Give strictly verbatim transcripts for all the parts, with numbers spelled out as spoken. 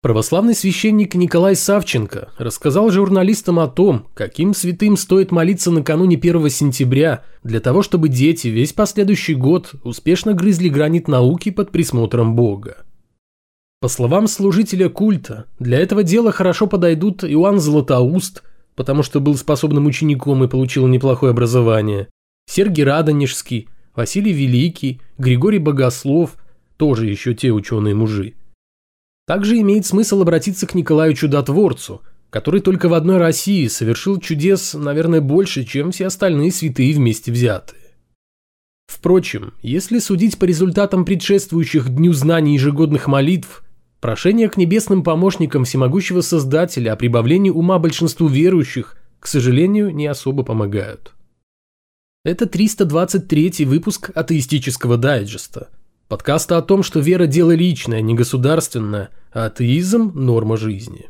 Православный священник Николай Савченко рассказал журналистам о том, каким святым стоит молиться накануне первого сентября для того, чтобы дети весь последующий год успешно грызли гранит науки под присмотром Бога. По словам служителя культа, для этого дела хорошо подойдут Иоанн Златоуст, потому что был способным учеником и получил неплохое образование, Сергий Радонежский, Василий Великий, Григорий Богослов, тоже еще те ученые-мужи. Также имеет смысл обратиться к Николаю Чудотворцу, который только в одной России совершил чудес, наверное, больше, чем все остальные святые вместе взятые. Впрочем, если судить по результатам предшествующих Дню знаний ежегодных молитв, прошения к небесным помощникам всемогущего Создателя о прибавлении ума большинству верующих, к сожалению, не особо помогают. Это триста двадцать третий выпуск атеистического дайджеста. Подкаста о том, что вера – дело личное, не государственное, а атеизм – норма жизни.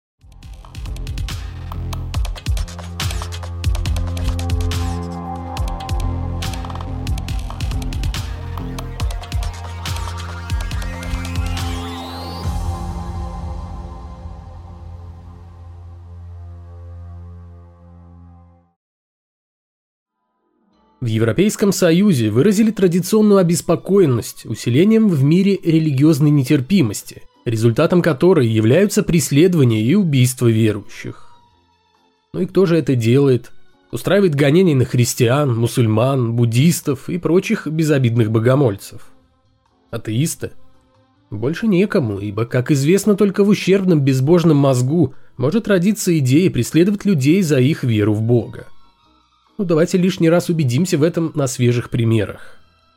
В Европейском Союзе выразили традиционную обеспокоенность усилением в мире религиозной нетерпимости, результатом которой являются преследования и убийства верующих. Ну и кто же это делает? Устраивает гонения на христиан, мусульман, буддистов и прочих безобидных богомольцев. Атеисты? Больше некому, ибо, как известно, только в ущербном безбожном мозгу может родиться идея преследовать людей за их веру в Бога. Ну, давайте лишний раз убедимся в этом на свежих примерах.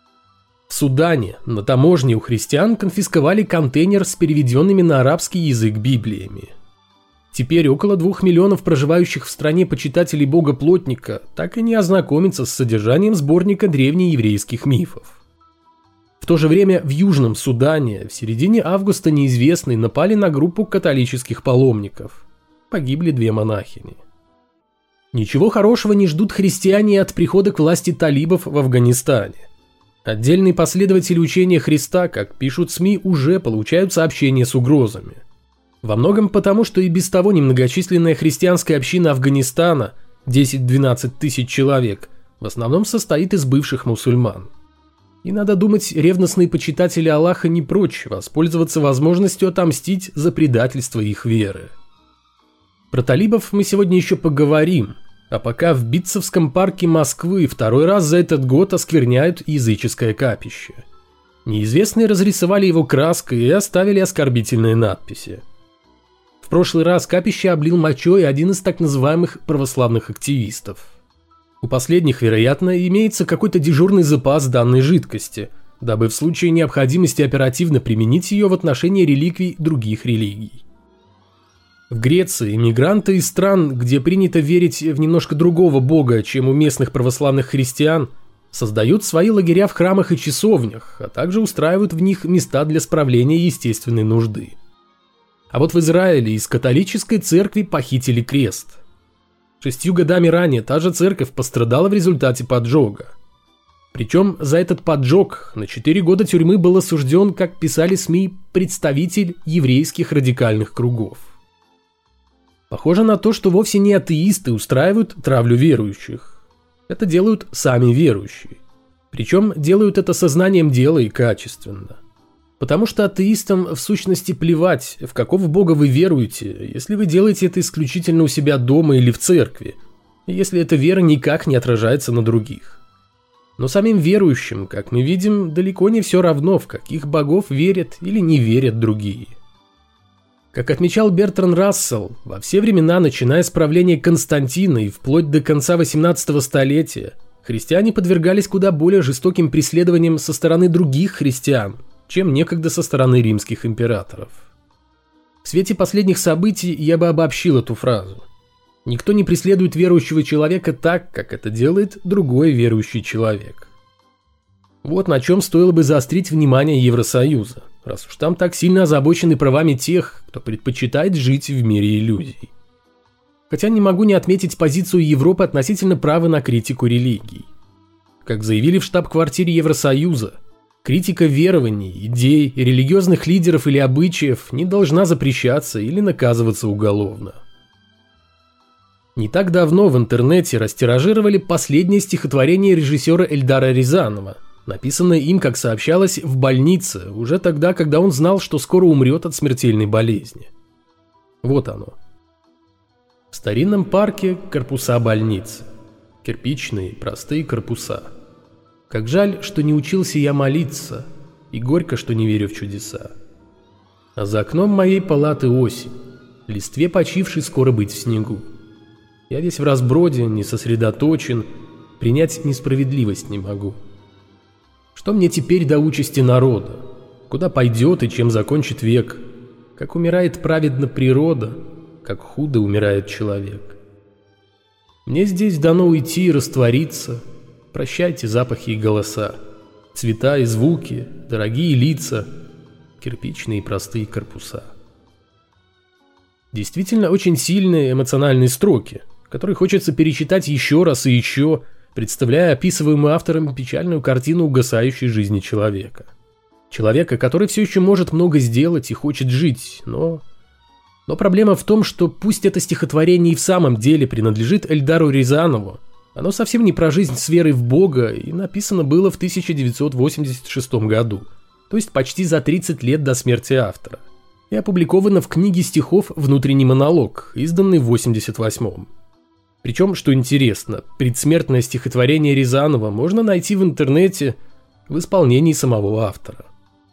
В Судане на таможне у христиан конфисковали контейнер с переведенными на арабский язык Библиями. Теперь около двух миллионов проживающих в стране почитателей Бога-плотника так и не ознакомятся с содержанием сборника древнееврейских мифов. В то же время в Южном Судане в середине августа неизвестные напали на группу католических паломников. Погибли две монахини. Ничего хорошего не ждут христиане от прихода к власти талибов в Афганистане. Отдельные последователи учения Христа, как пишут СМИ, уже получают сообщения с угрозами. Во многом потому, что и без того немногочисленная христианская община Афганистана, десять-двенадцать тысяч человек, в основном состоит из бывших мусульман. И надо думать, ревностные почитатели Аллаха не прочь воспользоваться возможностью отомстить за предательство их веры. Про талибов мы сегодня еще поговорим, а пока в Битцевском парке Москвы второй раз за этот год оскверняют языческое капище. Неизвестные разрисовали его краской и оставили оскорбительные надписи. В прошлый раз капище облил мочой один из так называемых православных активистов. У последних, вероятно, имеется какой-то дежурный запас данной жидкости, дабы в случае необходимости оперативно применить ее в отношении реликвий других религий. В Греции иммигранты из стран, где принято верить в немножко другого бога, чем у местных православных христиан, создают свои лагеря в храмах и часовнях, а также устраивают в них места для справления естественной нужды. А вот в Израиле из католической церкви похитили крест. Шестью годами ранее та же церковь пострадала в результате поджога. Причем за этот поджог на четыре года тюрьмы был осужден, как писали СМИ, представитель еврейских радикальных кругов. Похоже на то, что вовсе не атеисты устраивают травлю верующих. Это делают сами верующие. Причем делают это сознанием дела и качественно. Потому что атеистам в сущности плевать, в какого бога вы веруете, если вы делаете это исключительно у себя дома или в церкви, если эта вера никак не отражается на других. Но самим верующим, как мы видим, далеко не все равно, в каких богов верят или не верят другие. Как отмечал Бертран Рассел, во все времена, начиная с правления Константина и вплоть до конца восемнадцатого столетия, христиане подвергались куда более жестоким преследованиям со стороны других христиан, чем некогда со стороны римских императоров. В свете последних событий я бы обобщил эту фразу. Никто не преследует верующего человека так, как это делает другой верующий человек. Вот на чем стоило бы заострить внимание Евросоюза, раз уж там так сильно озабочены правами тех, кто предпочитает жить в мире иллюзий. Хотя не могу не отметить позицию Европы относительно права на критику религий. Как заявили в штаб-квартире Евросоюза, Критика верований, идей, религиозных лидеров или обычаев не должна запрещаться или наказываться уголовно. Не так давно в интернете растиражировали последнее стихотворение режиссера Эльдара Рязанова, написанное им, как сообщалось, в больнице, уже тогда, когда он знал, что скоро умрет от смертельной болезни. Вот оно. В старинном парке корпуса больницы. Кирпичные, простые корпуса. Как жаль, что не учился я молиться, и горько, что не верю в чудеса. А за окном моей палаты осень, листве почившей скоро быть в снегу. Я весь в разброде, не сосредоточен, принять несправедливость не могу. Что мне теперь до участи народа? Куда пойдет и чем закончит век? Как умирает праведно природа, как худо умирает человек. Мне здесь дано уйти и раствориться. Прощайте запахи и голоса, цвета и звуки, дорогие лица, кирпичные и простые корпуса. Действительно очень сильные эмоциональные строки, которые хочется перечитать еще раз и еще, представляя описываемую автором печальную картину угасающей жизни человека. Человека, который все еще может много сделать и хочет жить, но... Но проблема в том, что пусть это стихотворение и в самом деле принадлежит Эльдару Рязанову, оно совсем не про жизнь с верой в Бога и написано было в тысяча девятьсот восемьдесят шестом году, то есть почти за тридцать лет до смерти автора, и опубликовано в книге стихов «Внутренний монолог», изданной в восемьдесят восьмом. Причем, что интересно, предсмертное стихотворение Рязанова можно найти в интернете в исполнении самого автора.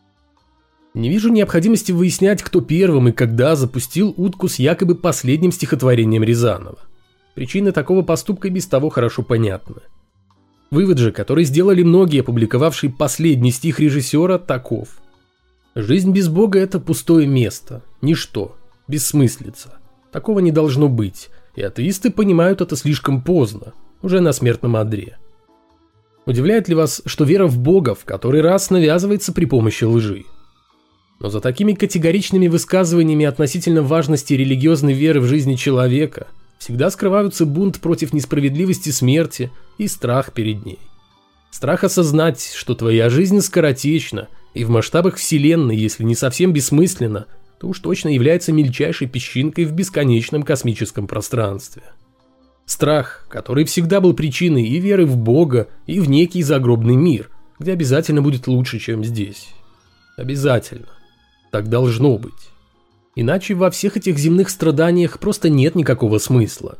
Не вижу необходимости выяснять, кто первым и когда запустил утку с якобы последним стихотворением Рязанова. Причины такого поступка и без того хорошо понятны. Вывод же, который сделали многие, опубликовавшие последний стих режиссера, таков. Жизнь без Бога – это пустое место, ничто, бессмыслица. Такого не должно быть, и атеисты понимают это слишком поздно, уже на смертном одре. Удивляет ли вас, что вера в Бога в который раз навязывается при помощи лжи? Но за такими категоричными высказываниями относительно важности религиозной веры в жизни человека всегда скрываются бунт против несправедливости смерти и страх перед ней. Страх осознать, что твоя жизнь скоротечна и в масштабах Вселенной, если не совсем бессмысленна, то уж точно является мельчайшей песчинкой в бесконечном космическом пространстве. Страх, который всегда был причиной и веры в Бога, и в некий загробный мир, где обязательно будет лучше, чем здесь. Обязательно. Так должно быть. Иначе во всех этих земных страданиях просто нет никакого смысла.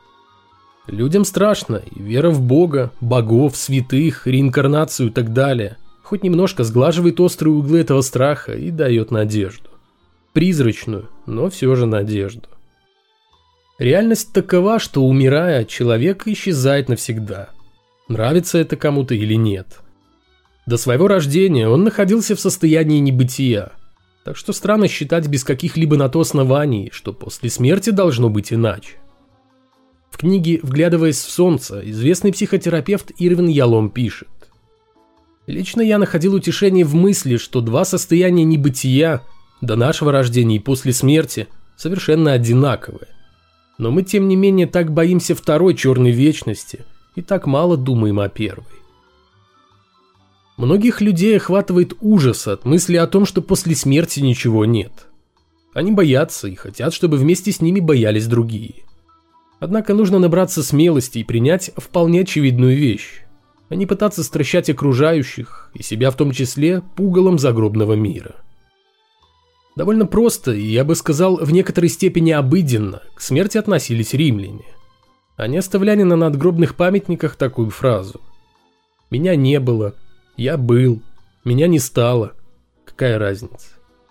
Людям страшно, и вера в Бога, богов, святых, реинкарнацию и так далее хоть немножко сглаживает острые углы этого страха и дает надежду. Призрачную, но все же надежду. Реальность такова, что, умирая, человек исчезает навсегда. Нравится это кому-то или нет. До своего рождения он находился в состоянии небытия. Так что странно считать без каких-либо на то оснований, что после смерти должно быть иначе. В книге «Вглядываясь в солнце» известный психотерапевт Ирвин Ялом пишет: «Лично я находил утешение в мысли, что два состояния небытия, до нашего рождения и после смерти, совершенно одинаковые. Но мы, тем не менее, так боимся второй черной вечности и так мало думаем о первой». Многих людей охватывает ужас от мысли о том, что после смерти ничего нет. Они боятся и хотят, чтобы вместе с ними боялись другие. Однако нужно набраться смелости и принять вполне очевидную вещь, а не пытаться стращать окружающих, и себя в том числе, пугалом загробного мира. Довольно просто, и я бы сказал, в некоторой степени обыденно, к смерти относились римляне. Они оставляли на надгробных памятниках такую фразу: «Меня не было, я был, меня не стало, какая разница?».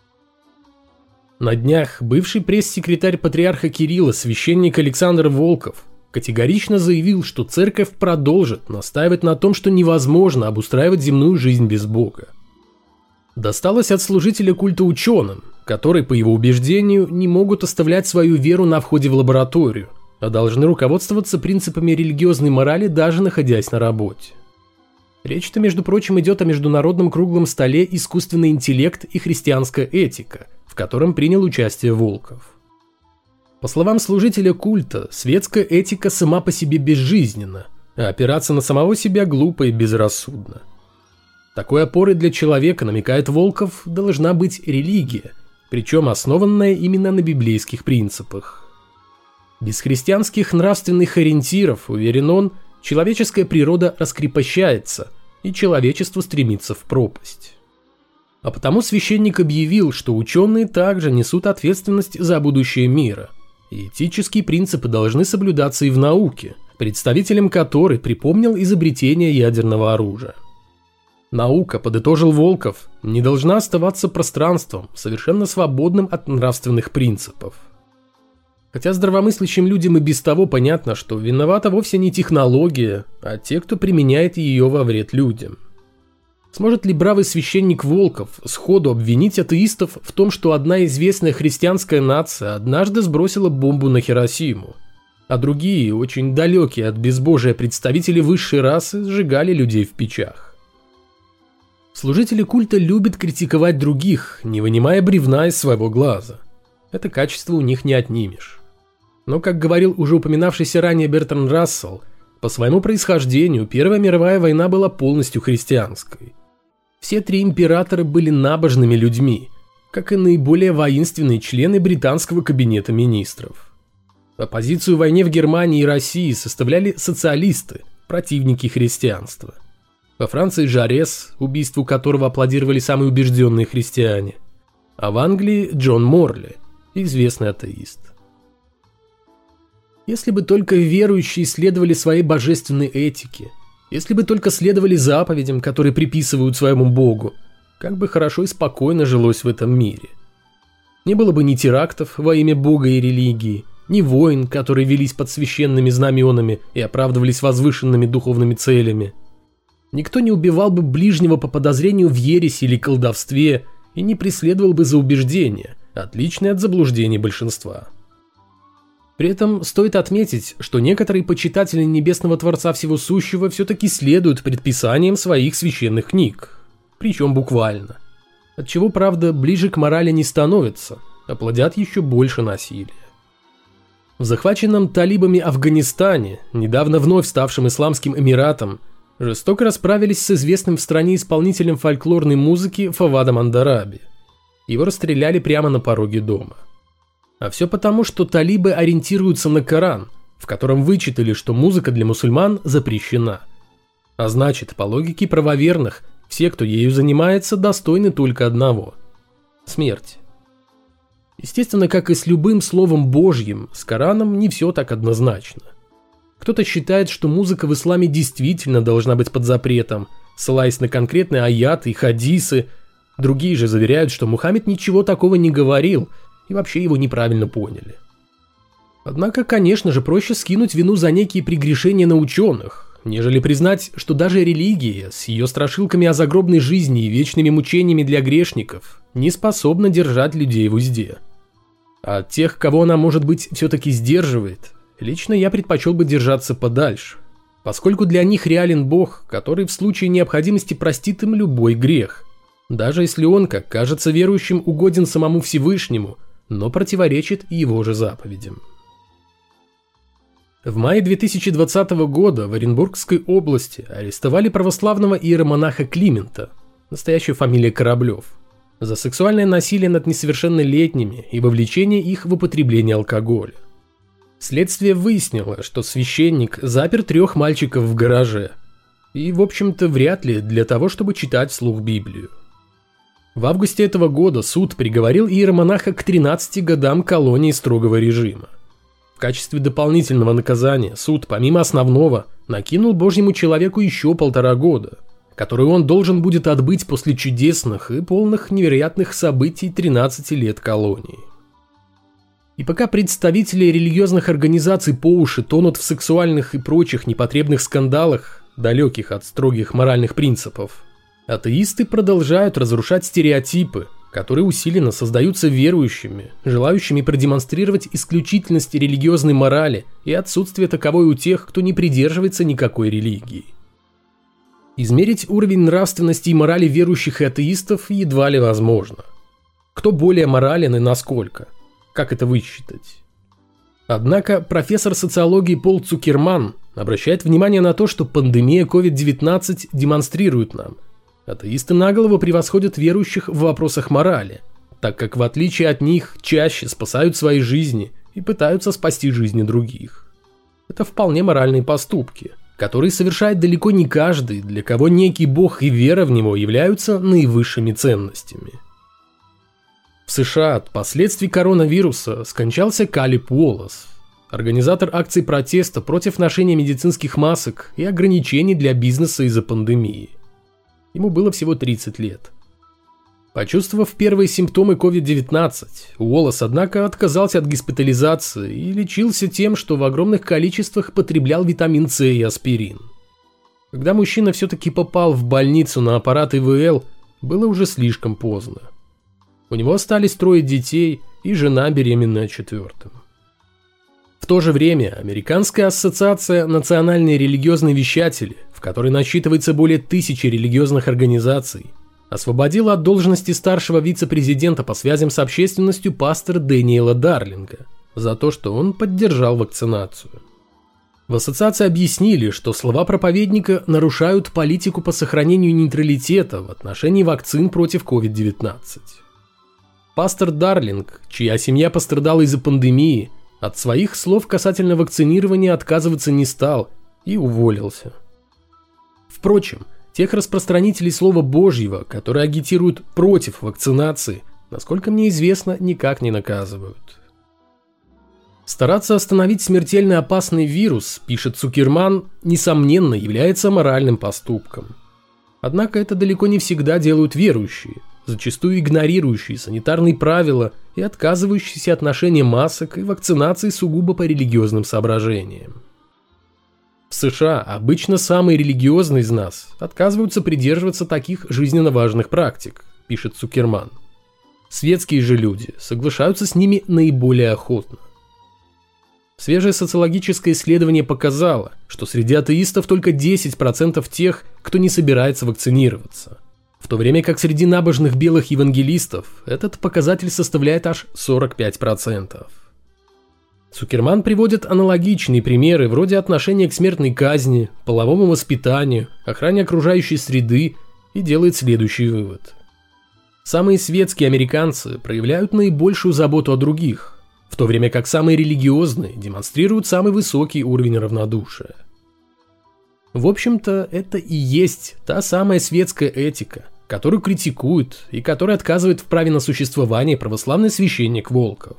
На днях бывший пресс-секретарь патриарха Кирилла, священник Александр Волков, категорично заявил, что церковь продолжит настаивать на том, что невозможно обустраивать земную жизнь без Бога. Досталось от служителя культа ученым, которые, по его убеждению, не могут оставлять свою веру на входе в лабораторию, а должны руководствоваться принципами религиозной морали, даже находясь на работе. Речь-то, между прочим, идет о международном круглом столе «Искусственный интеллект и христианская этика», в котором принял участие Волков. По словам служителя культа, светская этика сама по себе безжизненна, а опираться на самого себя глупо и безрассудно. Такой опорой для человека, намекает Волков, должна быть религия, причем основанная именно на библейских принципах. Без христианских нравственных ориентиров, уверен он, человеческая природа раскрепощается, и человечество стремится в пропасть. А потому священник объявил, что ученые также несут ответственность за будущее мира, и этические принципы должны соблюдаться и в науке, представителем которой припомнил изобретение ядерного оружия. Наука, подытожил Волков, не должна оставаться пространством, совершенно свободным от нравственных принципов. Хотя здравомыслящим людям и без того понятно, что виновата вовсе не технология, а те, кто применяет ее во вред людям. Сможет ли бравый священник Волков сходу обвинить атеистов в том, что одна известная христианская нация однажды сбросила бомбу на Хиросиму, а другие, очень далекие от безбожия представители высшей расы, сжигали людей в печах? Служители культа любят критиковать других, не вынимая бревна из своего глаза. Это качество у них не отнимешь. Но, как говорил уже упоминавшийся ранее Бертранд Рассел, по своему происхождению Первая мировая война была полностью христианской. Все три императора были набожными людьми, как и наиболее воинственные члены британского кабинета министров. Оппозицию войне в Германии и России составляли социалисты, противники христианства. Во Франции Жарес, убийству которого аплодировали самые убежденные христиане, а в Англии Джон Морли, известный атеист. Если бы только верующие следовали своей божественной этике, если бы только следовали заповедям, которые приписывают своему Богу, как бы хорошо и спокойно жилось в этом мире. Не было бы ни терактов во имя Бога и религии, ни войн, которые велись под священными знаменами и оправдывались возвышенными духовными целями. Никто не убивал бы ближнего по подозрению в ереси или колдовстве и не преследовал бы за убеждения, отличные от заблуждений большинства. При этом стоит отметить, что некоторые почитатели Небесного Творца Всего Сущего все-таки следуют предписаниям своих священных книг, причем буквально. Отчего, правда, ближе к морали не становятся, а плодят еще больше насилия. В захваченном талибами Афганистане, недавно вновь ставшем исламским эмиратом, жестоко расправились с известным в стране исполнителем фольклорной музыки Фавадом Андараби. Его расстреляли прямо на пороге дома. А все потому, что талибы ориентируются на Коран, в котором вычитали, что музыка для мусульман запрещена. А значит, по логике правоверных, все, кто ею занимается, достойны только одного – смерти. Естественно, как и с любым словом Божьим, с Кораном не все так однозначно. Кто-то считает, что музыка в исламе действительно должна быть под запретом, ссылаясь на конкретные аяты и хадисы. Другие же заверяют, что Мухаммед ничего такого не говорил и вообще его неправильно поняли. Однако, конечно же, проще скинуть вину за некие прегрешения на ученых, нежели признать, что даже религия с ее страшилками о загробной жизни и вечными мучениями для грешников не способна держать людей в узде. А от тех, кого она, может быть, все-таки сдерживает, лично я предпочел бы держаться подальше, поскольку для них реален Бог, который в случае необходимости простит им любой грех, даже если он, как кажется верующим, угоден самому Всевышнему, но противоречит его же заповедям. В мае две тысячи двадцатого года в Оренбургской области арестовали православного иеромонаха Климента, настоящая фамилия Кораблев, за сексуальное насилие над несовершеннолетними и вовлечение их в употребление алкоголя. Следствие выяснило, что священник запер трех мальчиков в гараже, и, в общем-то, вряд ли для того, чтобы читать вслух Библию. В августе этого года суд приговорил иеромонаха к тринадцати годам колонии строгого режима. В качестве дополнительного наказания суд, помимо основного, накинул Божьему человеку еще полтора года, которые он должен будет отбыть после чудесных и полных невероятных событий тринадцати лет колонии. И пока представители религиозных организаций по уши тонут в сексуальных и прочих непотребных скандалах, далеких от строгих моральных принципов, атеисты продолжают разрушать стереотипы, которые усиленно создаются верующими, желающими продемонстрировать исключительность религиозной морали и отсутствие таковой у тех, кто не придерживается никакой религии. Измерить уровень нравственности и морали верующих и атеистов едва ли возможно. Кто более морален и насколько? Как это высчитать? Однако профессор социологии Пол Цукерман обращает внимание на то, что пандемия ковид девятнадцать демонстрирует нам. Атеисты на голову превосходят верующих в вопросах морали, так как в отличие от них чаще спасают свои жизни и пытаются спасти жизни других. Это вполне моральные поступки, которые совершает далеко не каждый, для кого некий бог и вера в него являются наивысшими ценностями. В США от последствий коронавируса скончался Калеб Уоллес, организатор акций протеста против ношения медицинских масок и ограничений для бизнеса из-за пандемии. Ему было всего тридцать лет. Почувствовав первые симптомы ковид девятнадцать, Уоллес, однако, отказался от госпитализации и лечился тем, что в огромных количествах потреблял витамин С и аспирин. Когда мужчина все-таки попал в больницу на аппарат И В Л, было уже слишком поздно. У него остались трое детей и жена, беременная четвертым. В то же время Американская ассоциация «Национальные религиозные вещатели», в которой насчитывается более тысячи религиозных организаций, освободила от должности старшего вице-президента по связям с общественностью пастора Дэниела Дарлинга за то, что он поддержал вакцинацию. В ассоциации объяснили, что слова проповедника нарушают политику по сохранению нейтралитета в отношении вакцин против ковид девятнадцать. Пастор Дарлинг, чья семья пострадала из-за пандемии, от своих слов касательно вакцинирования отказываться не стал и уволился. Впрочем, тех распространителей Слова Божьего, которые агитируют против вакцинации, насколько мне известно, никак не наказывают. Стараться остановить смертельно опасный вирус, пишет Цукерман, несомненно является моральным поступком. Однако это далеко не всегда делают верующие, зачастую игнорирующие санитарные правила и отказывающиеся от ношения масок и вакцинации сугубо по религиозным соображениям. В США обычно самые религиозные из нас отказываются придерживаться таких жизненно важных практик, пишет Цукерман. Светские же люди соглашаются с ними наиболее охотно. Свежее социологическое исследование показало, что среди атеистов только десять процентов тех, кто не собирается вакцинироваться, в то время как среди набожных белых евангелистов этот показатель составляет аж сорок пять процентов. Цукерман приводит аналогичные примеры вроде отношения к смертной казни, половому воспитанию, охране окружающей среды и делает следующий вывод. Самые светские американцы проявляют наибольшую заботу о других, в то время как самые религиозные демонстрируют самый высокий уровень равнодушия. В общем-то, это и есть та самая светская этика, которую критикует и которая отказывает в праве на существование православный священник Волков.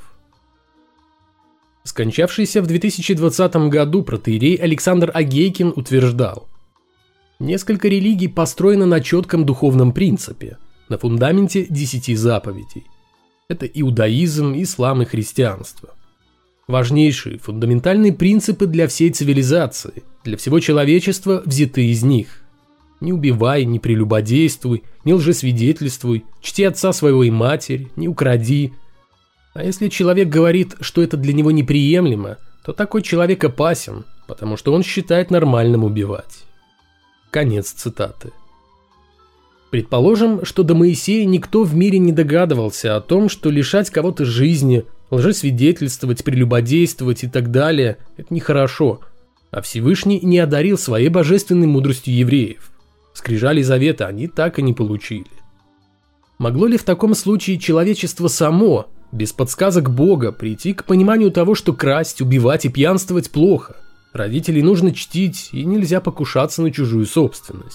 Скончавшийся в две тысячи двадцатом году протоиерей Александр Агейкин утверждал: «Несколько религий построено на четком духовном принципе, на фундаменте десяти заповедей. Это иудаизм, ислам и христианство. Важнейшие фундаментальные принципы для всей цивилизации, для всего человечества взяты из них. Не убивай, не прелюбодействуй, не лжесвидетельствуй, чти отца своего и матерь, не укради. А если человек говорит, что это для него неприемлемо, то такой человек опасен, потому что он считает нормальным убивать». Конец цитаты. Предположим, что до Моисея никто в мире не догадывался о том, что лишать кого-то жизни, лжесвидетельствовать, прелюбодействовать и так далее – это нехорошо, а Всевышний не одарил своей божественной мудростью евреев. Скрижали завета они так и не получили. Могло ли в таком случае человечество само, без подсказок Бога, прийти к пониманию того, что красть, убивать и пьянствовать плохо, родителей нужно чтить и нельзя покушаться на чужую собственность?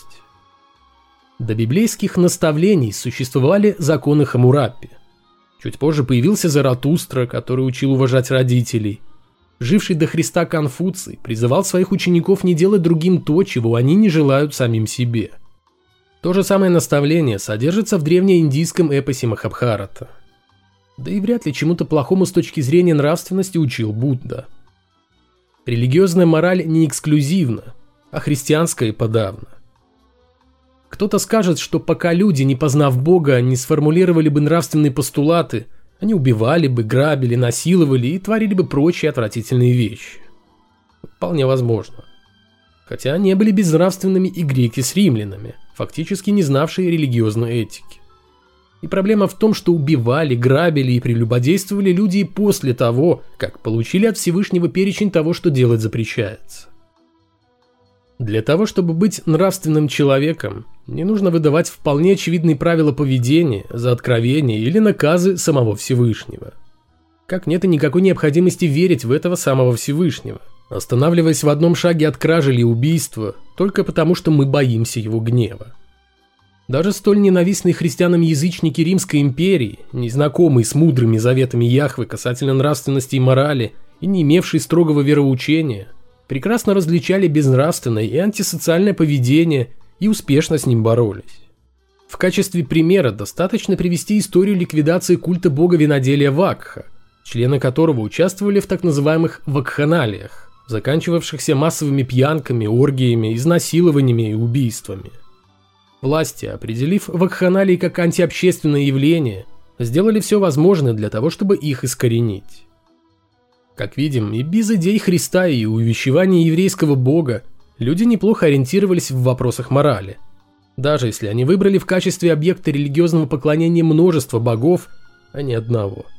До библейских наставлений существовали законы Хаммурапи. Чуть позже появился Заратустра, который учил уважать родителей. Живший до Христа Конфуций призывал своих учеников не делать другим то, чего они не желают самим себе. То же самое наставление содержится в древнеиндийском эпосе Махабхарата. Да и вряд ли чему-то плохому с точки зрения нравственности учил Будда. Религиозная мораль не эксклюзивна, а христианская и подавно. Кто-то скажет, что пока люди, не познав Бога, не сформулировали бы нравственные постулаты, они убивали бы, грабили, насиловали и творили бы прочие отвратительные вещи. Вполне возможно. Хотя не были безнравственными и греки с римлянами, фактически не знавшие религиозной этики. И проблема в том, что убивали, грабили и прелюбодействовали люди и после того, как получили от Всевышнего перечень того, что делать запрещается. Для того, чтобы быть нравственным человеком, не нужно выдавать вполне очевидные правила поведения за откровения или наказы самого Всевышнего. Как нет и никакой необходимости верить в этого самого Всевышнего, останавливаясь в одном шаге от кражи или убийства, только потому, что мы боимся его гнева. Даже столь ненавистные христианам язычники Римской империи, незнакомые с мудрыми заветами Яхвы касательно нравственности и морали и не имевшие строгого вероучения, прекрасно различали безнравственное и антисоциальное поведение и успешно с ним боролись. В качестве примера достаточно привести историю ликвидации культа бога виноделия Вакха, члены которого участвовали в так называемых вакханалиях, заканчивавшихся массовыми пьянками, оргиями, изнасилованиями и убийствами. Власти, определив вакханалии как антиобщественное явление, сделали все возможное для того, чтобы их искоренить. Как видим, и без идей Христа и увещеваний еврейского бога люди неплохо ориентировались в вопросах морали. Даже если они выбрали в качестве объекта религиозного поклонения множество богов, а не одного.